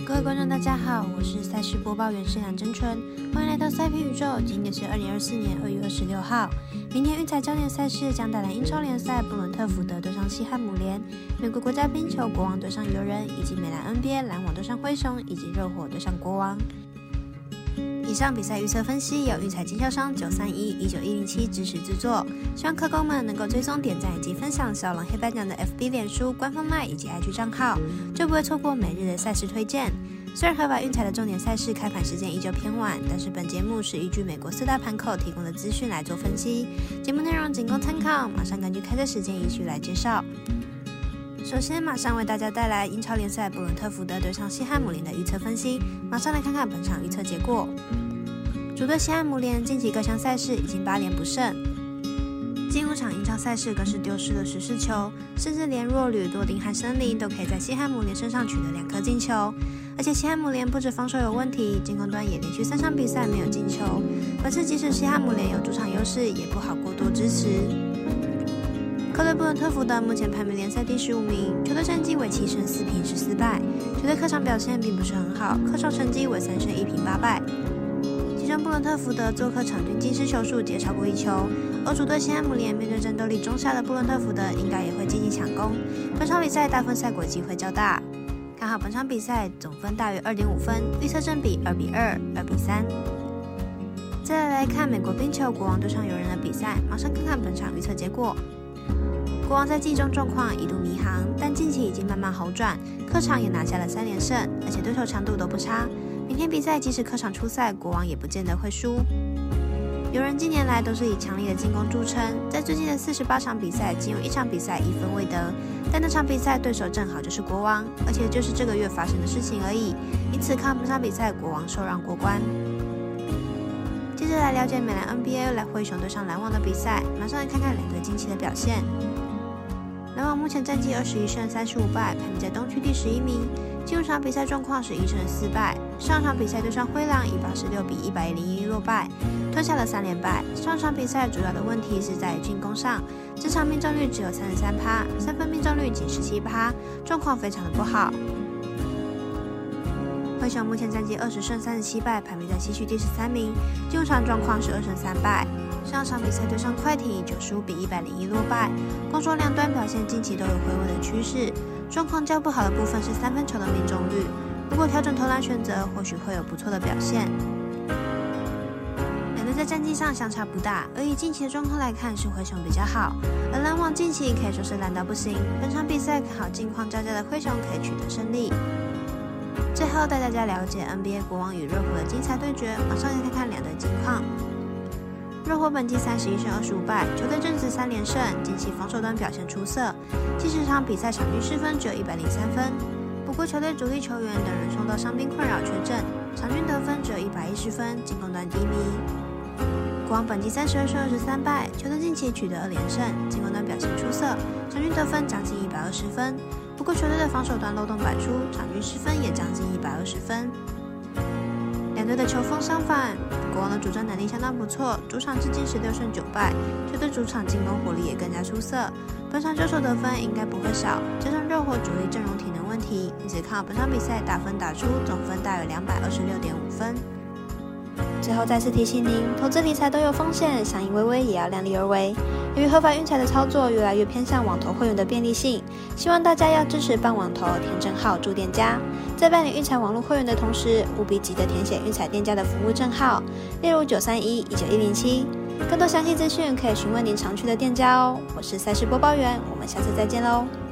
各位观众大家好，我是赛事播报员是梁真纯，欢迎来到赛评宇宙。今天是2024年2月26号，明天运彩焦点赛事将带来英超联赛布伦特福德对上西汉姆联，美国国家冰球国王对上游人，以及美篮 NBA 篮网对上灰熊，以及热火对上国王。以上比赛预测分析由运彩经销商931-19107支持制作，希望客工们能够追踪、点赞以及分享小狼黑白奖的 FB 脸书官方 LINE 以及 IG 账号，就不会错过每日的赛事推荐。虽然合法运彩的重点赛事开盘时间依旧偏晚，但是本节目是依据美国4大盘口提供的资讯来做分析，节目内容仅供参考，马上根据开赛时间依序来介绍。首先，马上为大家带来英超联赛布伦特福德对上西汉姆联的预测分析。马上来看看本场预测结果。主队西汉姆联近期各项赛事已经8连不胜，近5场英超赛事更是丢失了14球，甚至连弱旅诺丁汉森林都可以在西汉姆联身上取得2颗进球。而且西汉姆联不止防守有问题，进攻端也连续3场比赛没有进球。本次即使西汉姆联有主场优势，也不好过多支持。客队布伦特福德目前排名联赛第15名，球队战绩为7胜4平14败，球队客场表现并不是很好，客场成绩为3胜1平8败。其中布伦特福德做客场均进失球数皆超过1球，而主队西汉姆联面对战斗力中下的布伦特福德，应该也会积极抢攻。本场比赛大分赛果机会较大，看好本场比赛总分大约 2.5 分，预测正比2比2、2比3。再来看美国冰球国王对上游人的比赛，马上看看本场预测结果。国王在季中状况一度迷航，但近期已经慢慢好转，客场也拿下了3连胜，而且对手强度都不差。明天比赛即使客场出赛，国王也不见得会输。游人近年来都是以强力的进攻著称，在最近的48场比赛仅有1场比赛1分未得，但那场比赛对手正好就是国王，而且就是这个月发生的事情而已，因此看本场比赛国王受让过关。接着来了解美篮 NBA 来灰熊对上篮网的比赛，马上来看看两队近期的表现。篮网目前战绩21胜35败，排名在东区第11名。近5场比赛状况是1胜4败，上场比赛对上灰狼以86比101落败，吞下了3连败。上场比赛主要的问题是在于进攻上，这场命中率只有33%，三分命中率仅17%，状况非常的不好。灰熊目前战绩20胜37败，排名在西区第13名。近5场状况是2胜3败。上场比赛对上快艇以95比101落败，攻守两端表现近期都有回稳的趋势，状况较不好的部分是3分球的命中率，如果调整投篮选择，或许会有不错的表现。两队在战绩上相差不大，而以近期的状况来看是灰熊比较好，而篮网近期可以说是烂到不行，本场比赛看好近况较佳的灰熊可以取得胜利。最后带大家了解 NBA 国王与热火的精彩对决，马上来看看两队近况。热火本季31胜25败，球队正值3连胜，近期防守端表现出色，近10场比赛场均失分只有103分。不过球队主力球员等人受到伤病困扰缺阵，场均得分只有110分，进攻端低迷。国王本季32胜23败，球队近期取得2连胜，进攻端表现出色，场均得分将近120分。不过球队的防守端漏洞百出，场均失分也将近120分。两队的球风相反，国王的主战能力相当不错，主场至今16胜9败，球队主场进攻火力也更加出色。本场交手得分应该不会少，加上热火主力阵容体能问题，因此看好本场比赛打分打出总分大约226.5分。最后再次提醒您，投资理财都有风险，想赢微微也要量力而为。由于合法运彩的操作越来越偏向网投会员的便利性，希望大家要支持办网投填证号驻店家，在办理运彩网络会员的同时，务必记得填写运彩店家的服务证号，例如931-19107。更多详细资讯可以询问您常去的店家哦。我是赛事播报员，我们下次再见喽。